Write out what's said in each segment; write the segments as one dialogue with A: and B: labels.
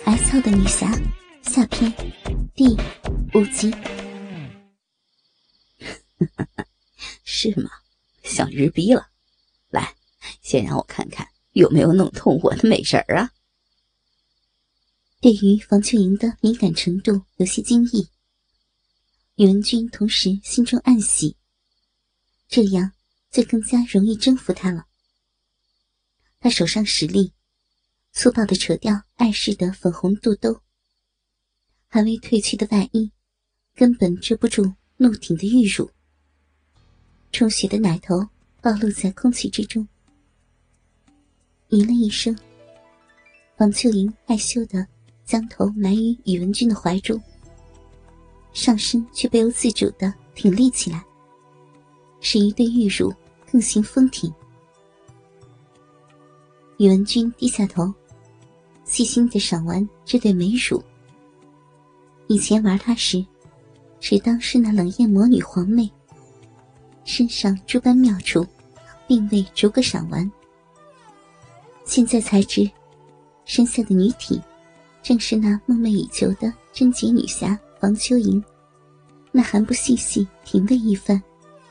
A: 挨操的女侠下篇第5集。
B: 是吗？想日逼了？来，先让我看看有没有弄痛我的美人儿啊！
A: 对于房秋莹的敏感程度有些惊异，宇文君同时心中暗喜，这样就更加容易征服她了。他手上使力，粗暴地扯掉碍事的粉红肚兜，还未褪去的外衣根本遮不住怒挺的玉乳，充血的奶头暴露在空气之中。咦了一声，房秋莹害羞地将头埋于宇文君的怀中，上身却不由自主地挺立起来，使一对玉乳更形丰挺。宇文君低下头，细心地赏玩这对美乳。以前玩她时，只当是那冷艳魔女皇妹，身上诸般妙处，并未逐个赏玩。现在才知，身下的女体，正是那梦寐已久的贞洁女侠房秋莹，那还不细细品味一番。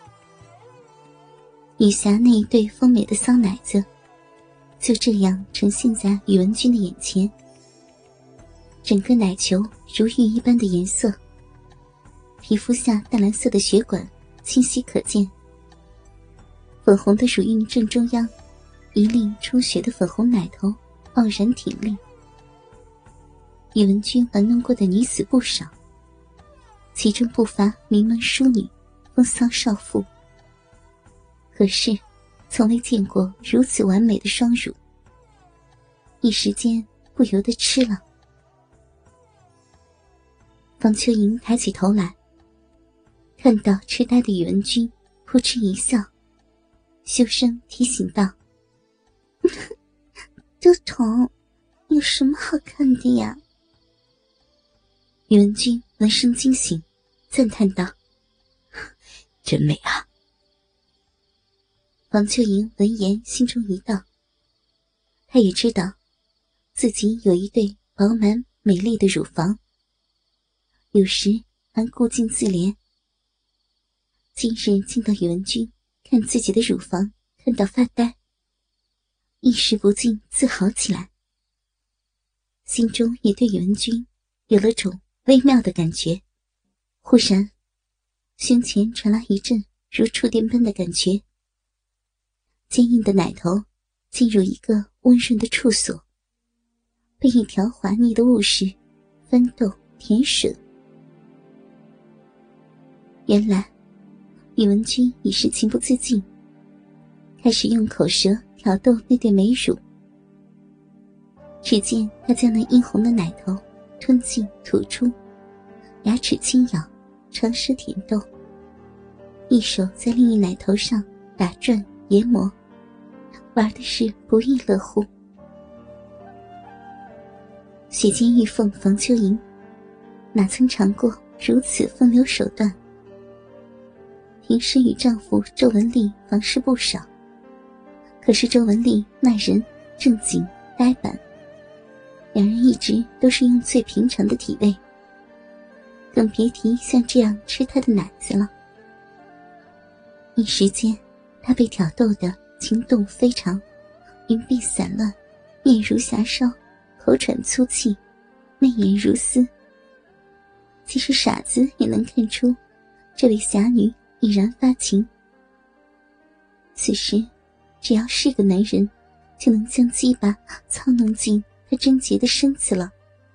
A: 女侠那一对丰美的骚奶子，就这样呈现在宇文君的眼前，整个奶球如玉一般的颜色，皮肤下淡蓝色的血管清晰可见，粉红的乳晕正中央，一粒充血的粉红奶头傲然挺立。宇文君玩弄过的女子不少，其中不乏名门淑女、风骚少妇，可是从未见过如此完美的双乳，一时间不由得吃了。房秋莹抬起头来，看到痴呆的宇文君，扑哧一笑，羞声提醒道：都疼，有什么好看的呀？宇文君闻声惊醒，赞叹道：
B: 真美啊！
A: 房秋莹闻言心中一荡，她也知道自己有一对饱满美丽的乳房，有时还顾敬自怜。今日见到宇文君看自己的乳房看到发呆，一时不禁自豪起来，心中也对宇文君有了种微妙的感觉。忽然胸前传来一阵如触电般的感觉，坚硬的奶头进入一个温润的处所，被一条滑腻的物实翻动舔吮。原来宇文君已是情不自禁，开始用口舌挑逗那对美乳。只见他将那殷红的奶头吞进吐出，牙齿轻咬，长舌舔逗，一手在另一奶头上打转研磨，玩的是不亦乐乎。血溅玉凤房秋莹哪曾尝过如此风流手段，平时与丈夫周文丽房事不少，可是周文丽那人正经呆板，两人一直都是用最平常的体位，更别提像这样吃她的奶子了。一时间她被挑逗得情动非常，云鬓散乱，面如霞烧，口喘粗气，媚眼如丝。即使傻子也能看出这位侠女已然发情。此时只要是个男人，就能将鸡巴操弄进她贞洁的身子了。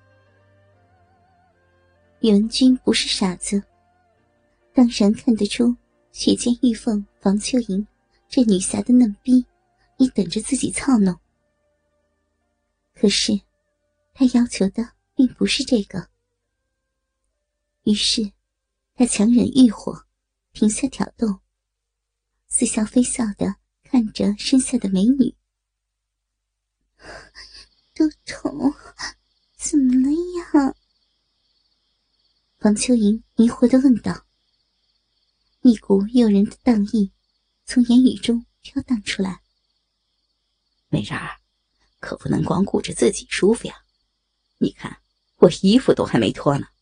A: 宇文君不是傻子，当然看得出血溅玉凤房秋莹这女侠的嫩逼已等着自己操弄。可是他要求的并不是这个，于是他强忍欲火，停下挑逗，似笑非笑地看着身下的美女。都疼，怎么了呀？房秋莹迷惑地问道，一股诱人的荡意从言语中飘荡出来。
B: 美人儿，可不能光顾着自己舒服呀，你看我衣服都还没脱呢。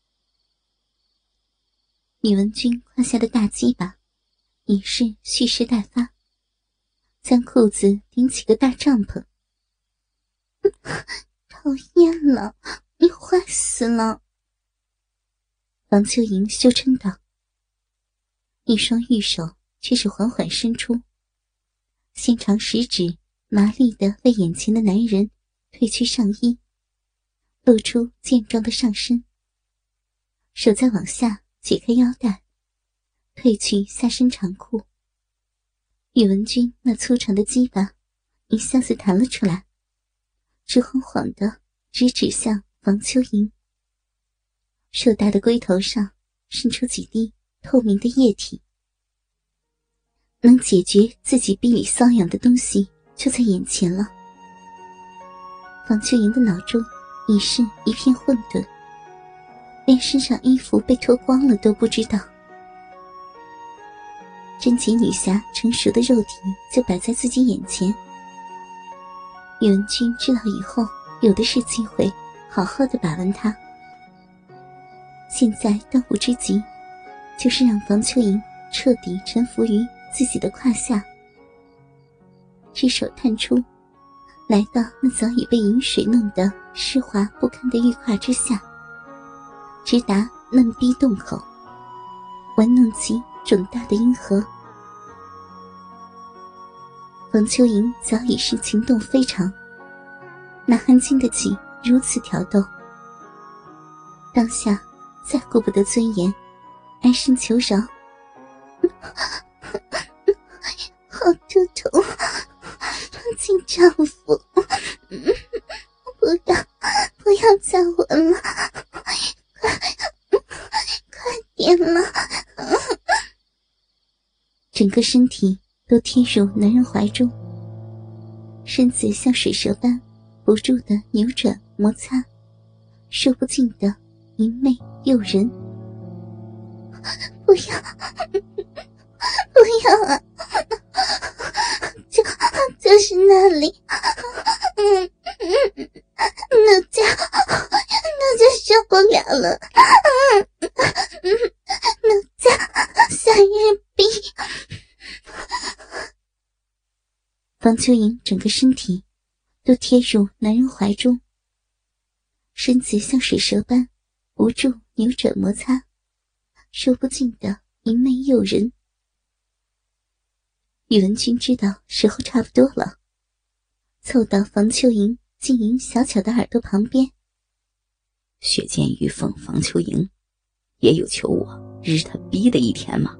A: 宇文君胯下的大鸡巴已是蓄势待发，将裤子顶起个大帐篷。讨厌了，你坏死了！房秋莹羞嗔道，一双玉手却是缓缓伸出，纤长食指麻利地为眼前的男人褪去上衣，露出健壮的上身，手再往下解开腰带，褪去下身长裤。宇文君那粗长的鸡巴一下子弹了出来，直晃晃地直指向房秋莹。硕大的龟头上渗出几滴透明的液体，能解决自己臂里瘙痒的东西就在眼前了。房秋莹的脑中已是一片混沌，连身上衣服被脱光了都不知道。贞洁女侠成熟的肉体就摆在自己眼前，宇文君知道以后有的是机会好好的把玩她。现在当务之急就是让房秋莹彻底臣服于自己的胯下。只手探出，来到那早已被饮水弄得湿滑不堪的玉胯之下，直达嫩逼洞口，玩弄其肿大的阴核。房秋莹早已是情动非常，哪还经得起如此挑逗？当下再顾不得尊严，哀声求饶：“好痛痛，亲丈夫，不要再吻了，快点了！”整个身体都贴入男人怀中，身子像水蛇般不住地扭转摩擦，说不尽的明媚诱人。不要啊，就是那里，奴家受不了了，奴家夏日逼。房秋莹整个身体都贴入男人怀中，身子像水蛇般无助扭转摩擦，说不尽的明媚诱人。宇文君知道时候差不多了，凑到房秋莹晶莹小巧的耳朵旁边：“
B: 血溅玉凤房秋莹，也有求我日他逼的一天吗？”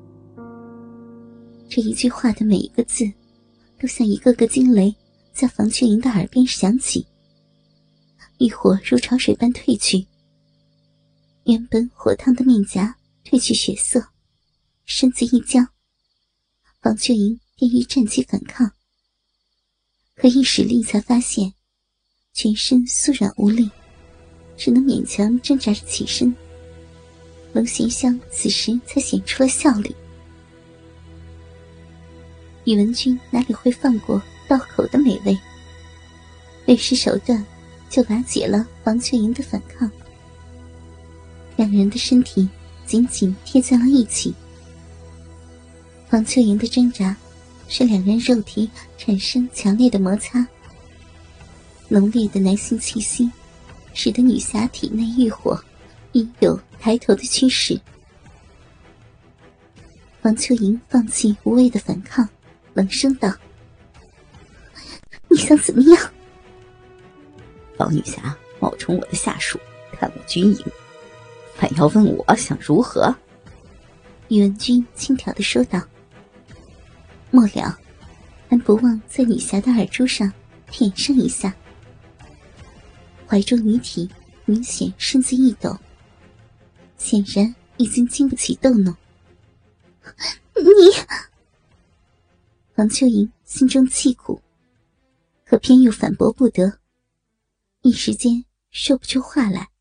A: 这一句话的每一个字都像一个个惊雷在房秋莹的耳边响起，欲火如潮水般退去，原本火烫的面颊褪去血色，身子一僵，房秋莹便欲站起反抗，可一使力才发现全身酥软无力，只能勉强挣扎着起身。龙涎香此时才显出了效力。宇文君哪里会放过刀口的美味，略施手段就瓦解了房秋莹的反抗。两人的身体紧紧贴在了一起，房秋莹的挣扎使两人肉体产生强烈的摩擦，浓烈的男性气息使得女侠体内欲火已有抬头的趋势。房秋莹放弃无谓的反抗，冷声道：“你想怎么样？”
B: 房女侠冒充我的下属，看我军营，反要问我想如何？
A: 宇文君轻佻地说道，末了还不忘在女侠的耳珠上舔上一下。怀中女体明显身子一抖，显然已经经不起逗弄。你，房秋莹心中气苦，可偏又反驳不得，一时间说不出话来。